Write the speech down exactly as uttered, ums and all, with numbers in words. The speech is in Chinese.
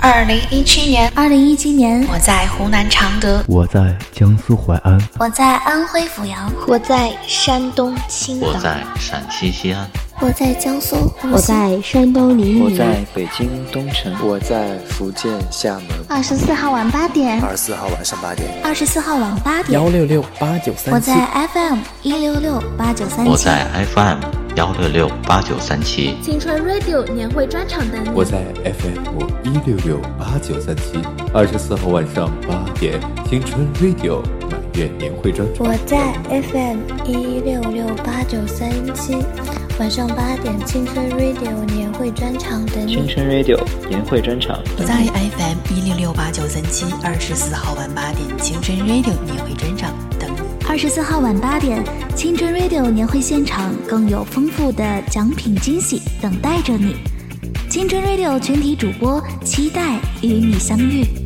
二零一七年， 二零一七年， 我在湖南常德， 我在江苏淮安， 我在安徽阜阳， 我在山东青岛， 我在陕西西安， 我在江苏无锡， 我在山东临沂， 我在北京东城，我在福建厦门。 二十四号晚八点， 二十四号晚上八点， 二十四号晚八点， 幺六六八九三七。 我在 F M 一六六八九三七， 我在 F M 幺六六八九三七。 青春 Radio 年会专场等你。 我在 F M 一六六八九三七。二十四号晚上八点，青春 Radio 满月年会专场。 我在 F M 一六六八九三七。晚上八点，青春 Radio 年会专场等你。 青春 Radio 年会专场。 我在 F M 一六六八九三七，二十四号晚八点，青春 Radio 年会专场等你。 二十四号晚八点，青春 Radio 年会现场更有丰富的奖品惊喜等待着你。青春 Radio 全体主播期待与你相遇。